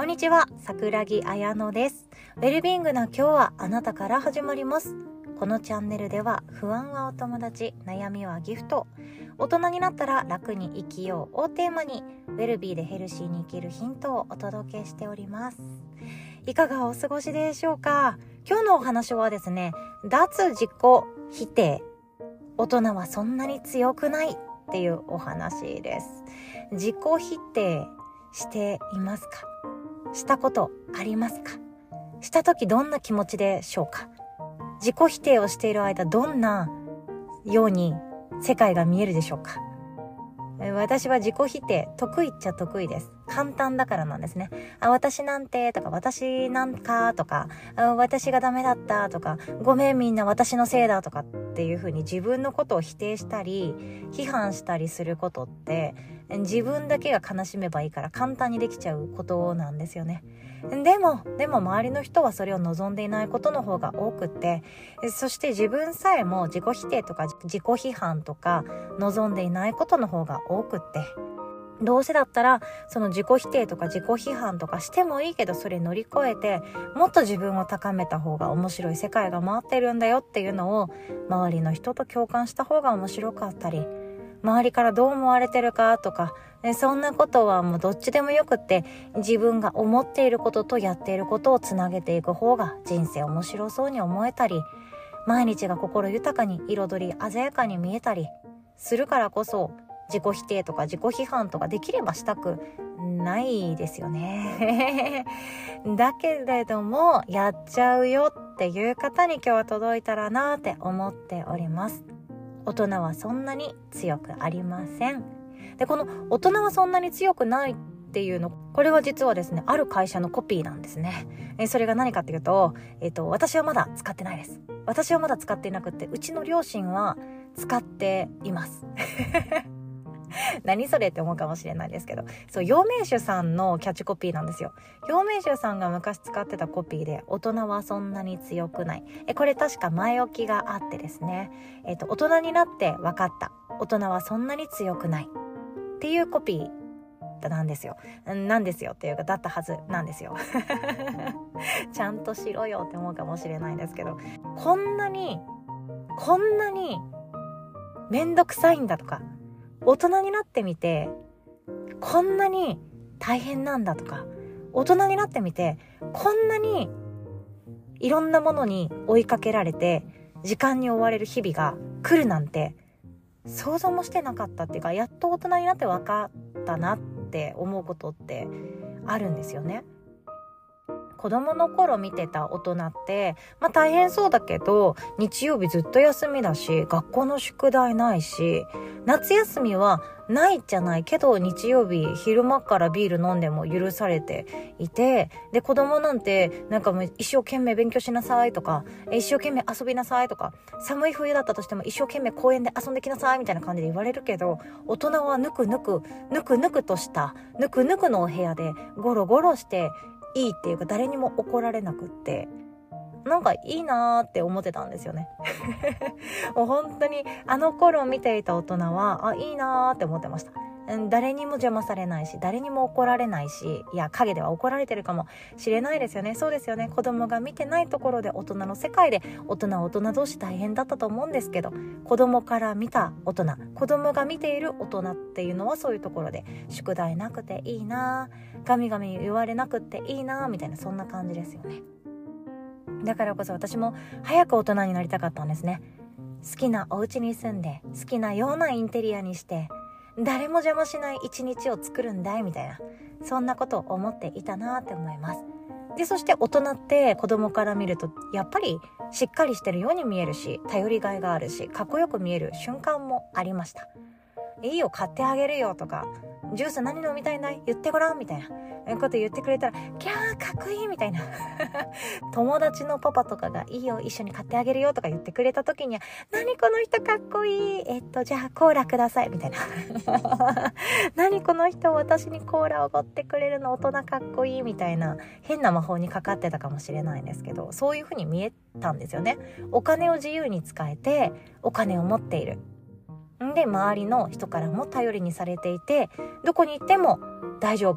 こんにちは、桜木彩乃です。ウェルビーイングな今日はあなたから始まります。このチャンネルでは、不安はお友達、悩みはギフト、大人になったら楽に生きようをテーマに、ウェルビーでヘルシーに生きるヒントをお届けしております。いかがお過ごしでしょうか。今日のお話はですね、脱自己否定、大人はそんなに強くないっていうお話です。自己否定していますか？したことありますか？した時どんな気持ちでしょうか？自己否定をしている間、どんなように世界が見えるでしょうか？私は自己否定得意っちゃ得意です。簡単だからなんですね。私なんてとか、私なんかとか、私がダメだったとか、ごめんみんな私のせいだとかっていう風に自分のことを否定したり批判したりすることって、自分だけが悲しめばいいから簡単にできちゃうことなんですよね。でも周りの人はそれを望んでいないことの方が多くって、そして自分さえも自己否定とか自己批判とか望んでいないことの方が多くって、どうせだったらその自己否定とか自己批判とかしてもいいけど、それ乗り越えてもっと自分を高めた方が面白い世界が回ってるんだよっていうのを周りの人と共感した方が面白かったり、周りからどう思われてるかとか、そんなことはもうどっちでもよくって、自分が思っていることとやっていることをつなげていく方が人生面白そうに思えたり、毎日が心豊かに彩り鮮やかに見えたりするからこそ、自己否定とか自己批判とかできればしたくないですよねだけれどもやっちゃうよっていう方に今日は届いたらなって思っております。大人はそんなに強くありません。で、この大人はそんなに強くないっていうの、これは実はですね、ある会社のコピーなんですね。それが何かっていうと、私はまだ使ってないです。私はまだ使っていなくって、うちの両親は使っています何それって思うかもしれないですけど、そう、陽明酒さんのキャッチコピーなんですよ。陽明酒さんが昔使ってたコピーで、大人はそんなに強くない。これ確か前置きがあってですね、大人になって分かった、大人はそんなに強くないっていうコピーなんですよっていうか、だったはずなんですよちゃんとしろよって思うかもしれないんですけど、こんなにめんどくさいんだとか、大人になってみてこんなに大変なんだとか、大人になってみてこんなにいろんなものに追いかけられて時間に追われる日々が来るなんて想像もしてなかったっていうか、やっと大人になって分かったなって思うことってあるんですよね。子供の頃見てた大人って、大変そうだけど日曜日ずっと休みだし、学校の宿題ないし、夏休みはないじゃないけど日曜日昼間からビール飲んでも許されていて、で子供なんてなんかもう一生懸命勉強しなさいとか、一生懸命遊びなさいとか、寒い冬だったとしても一生懸命公園で遊んできなさいみたいな感じで言われるけど、大人はぬくぬくとしたぬくぬくのお部屋でゴロゴロしていいっていうか、誰にも怒られなくって、なんかいいなーって思ってたんですよねもう本当にあの頃見ていた大人はいいなーって思ってました。誰にも邪魔されないし、誰にも怒られないし、いや陰では怒られてるかもしれないですよね。そうですよね。子供が見てないところで大人の世界で大人同士大変だったと思うんですけど、子供から見た大人、子供が見ている大人っていうのはそういうところで宿題なくていいな、ガミガミ言われなくていいなみたいな、そんな感じですよね。だからこそ私も早く大人になりたかったんですね。好きなお家に住んで、好きなようなインテリアにして、誰も邪魔しない一日を作るんだいみたいな、そんなことを思っていたなって思います。で、そして大人って子供から見るとやっぱりしっかりしてるように見えるし、頼りがいがあるし、かっこよく見える瞬間もありました。いいよ、買ってあげるよとか、ジュース何飲みたいんだい、言ってごらんみたいなこと言ってくれたら、キャーかっこいいみたいな友達のパパとかがいいよ、一緒に買ってあげるよとか言ってくれた時には、何この人かっこいい、じゃあコーラくださいみたいな何この人、私にコーラをおごってくれるの、大人かっこいいみたいな、変な魔法にかかってたかもしれないんですけど、そういう風に見えたんですよね。お金を自由に使えて、お金を持っているで、周りの人からも頼りにされていて、どこに行っても大丈夫っ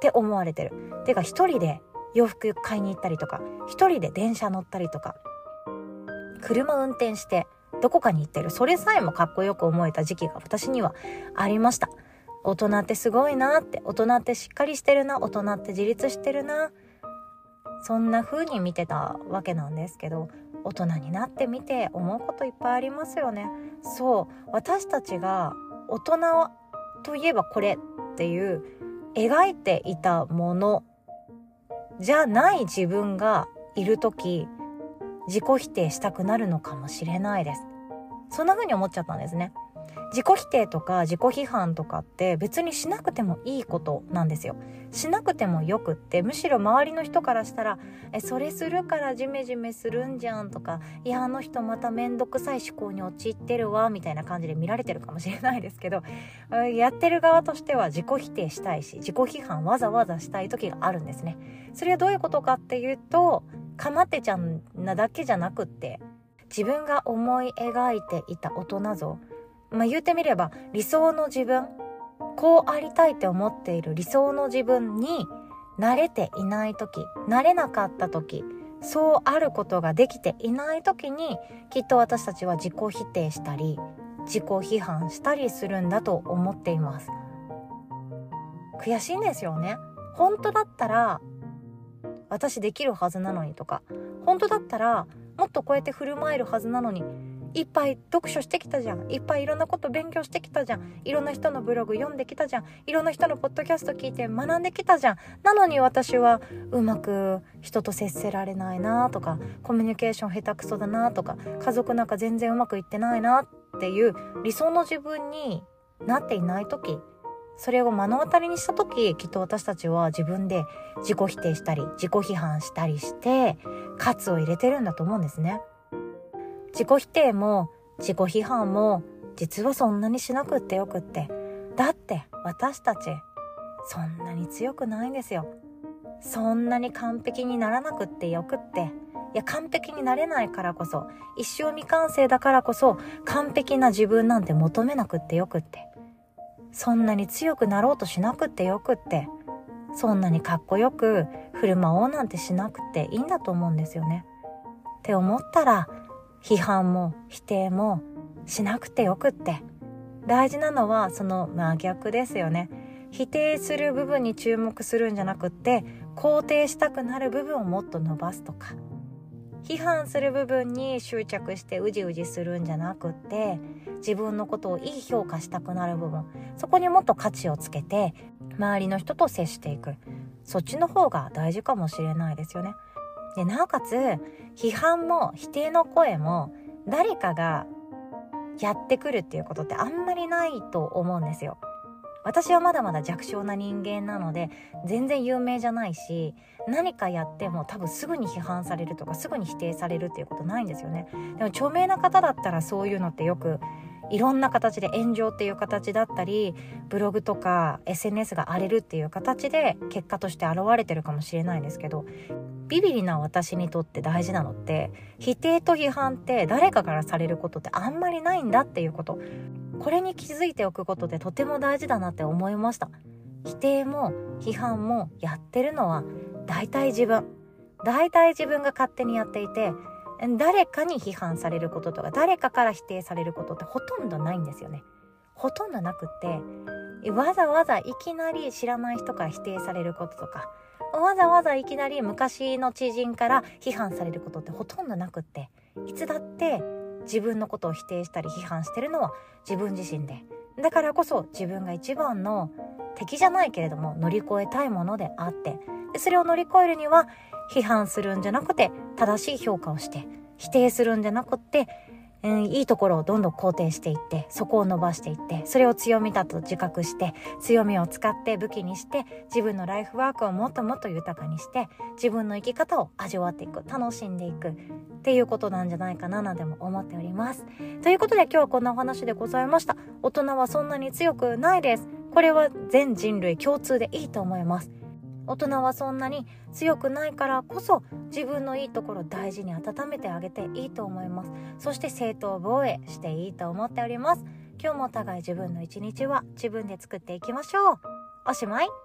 って思われてる。てか一人で洋服買いに行ったりとか、一人で電車乗ったりとか、車運転してどこかに行ってる、それさえもかっこよく思えた時期が私にはありました。大人ってすごいなって、大人ってしっかりしてるな、大人って自立してるな、そんな風に見てたわけなんですけど、大人になってみて思うこといっぱいありますよね。そう、私たちが大人といえばこれっていう描いていたものじゃない自分がいるとき、自己否定したくなるのかもしれないです。そんな風に思っちゃったんですね。自己否定とか自己批判とかって別にしなくてもいいことなんですよ。しなくてもよくって、むしろ周りの人からしたらそれするからジメジメするんじゃんとか、いやあの人まためんどくさい思考に陥ってるわみたいな感じで見られてるかもしれないですけど、やってる側としては自己否定したいし、自己批判わざわざしたい時があるんですね。それはどういうことかっていうと、かまってちゃんなだけじゃなくって、自分が思い描いていた大人像、言うてみれば理想の自分、こうありたいって思っている理想の自分に慣れていない時、慣れなかった時、そうあることができていない時に、きっと私たちは自己否定したり自己批判したりするんだと思っています。悔しいんですよね。本当だったら私できるはずなのにとか、本当だったらもっとこうやって振る舞えるはずなのに、いっぱい読書してきたじゃん、いっぱいいろんなこと勉強してきたじゃん、いろんな人のブログ読んできたじゃん、いろんな人のポッドキャスト聞いて学んできたじゃん。なのに私はうまく人と接せられないなとか、コミュニケーション下手くそだなとか、家族なんか全然うまくいってないなっていう理想の自分になっていない時、それを目の当たりにした時、きっと私たちは自分で自己否定したり自己批判したりして喝を入れてるんだと思うんですね。自己否定も自己批判も実はそんなにしなくってよくって、だって私たちそんなに強くないんですよ。そんなに完璧にならなくってよくって、いや完璧になれないからこそ、一生未完成だからこそ完璧な自分なんて求めなくってよくって、そんなに強くなろうとしなくってよくって、そんなにかっこよく振る舞おうなんてしなくていいんだと思うんですよね。って思ったら、批判も否定もしなくてよくって、大事なのはその真逆ですよね。否定する部分に注目するんじゃなくって、肯定したくなる部分をもっと伸ばすとか、批判する部分に執着してうじうじするんじゃなくって、自分のことをいい評価したくなる部分、そこにもっと価値をつけて周りの人と接していく、そっちの方が大事かもしれないですよね。でなおかつ批判も否定の声も誰かがやってくるっていうことってあんまりないと思うんですよ。私はまだまだ弱小な人間なので全然有名じゃないし、何かやっても多分すぐに批判されるとかすぐに否定されるっていうことないんですよね。でも著名な方だったらそういうのってよくいろんな形で、炎上っていう形だったり、ブログとか SNS が荒れるっていう形で結果として現れてるかもしれないんですけど、ビビリな私にとって大事なのって、否定と批判って誰かからされることってあんまりないんだっていうこと、これに気づいておくことでとても大事だなって思いました。否定も批判もやってるのは大体自分が勝手にやっていて、誰かに批判されることとか誰かから否定されることってほとんどないんですよね。ほとんどなくって、わざわざいきなり知らない人から否定されることとか、わざわざいきなり昔の知人から批判されることってほとんどなくって、いつだって自分のことを否定したり批判してるのは自分自身で、だからこそ自分が一番の敵じゃないけれども乗り越えたいものであって、でそれを乗り越えるには批判するんじゃなくて正しい評価をして、否定するんじゃなくって、いいところをどんどん肯定していって、そこを伸ばしていって、それを強みだと自覚して、強みを使って武器にして、自分のライフワークをもっともっと豊かにして、自分の生き方を味わっていく、楽しんでいくっていうことなんじゃないかななんても思っております。ということで今日はこんなお話でございました。大人はそんなに強くないです。これは全人類共通でいいと思います。大人はそんなに強くないからこそ、自分のいいところを大事に温めてあげていいと思います。そして正当防衛していいと思っております。今日もお互い自分の一日は自分で作っていきましょう。おしまい。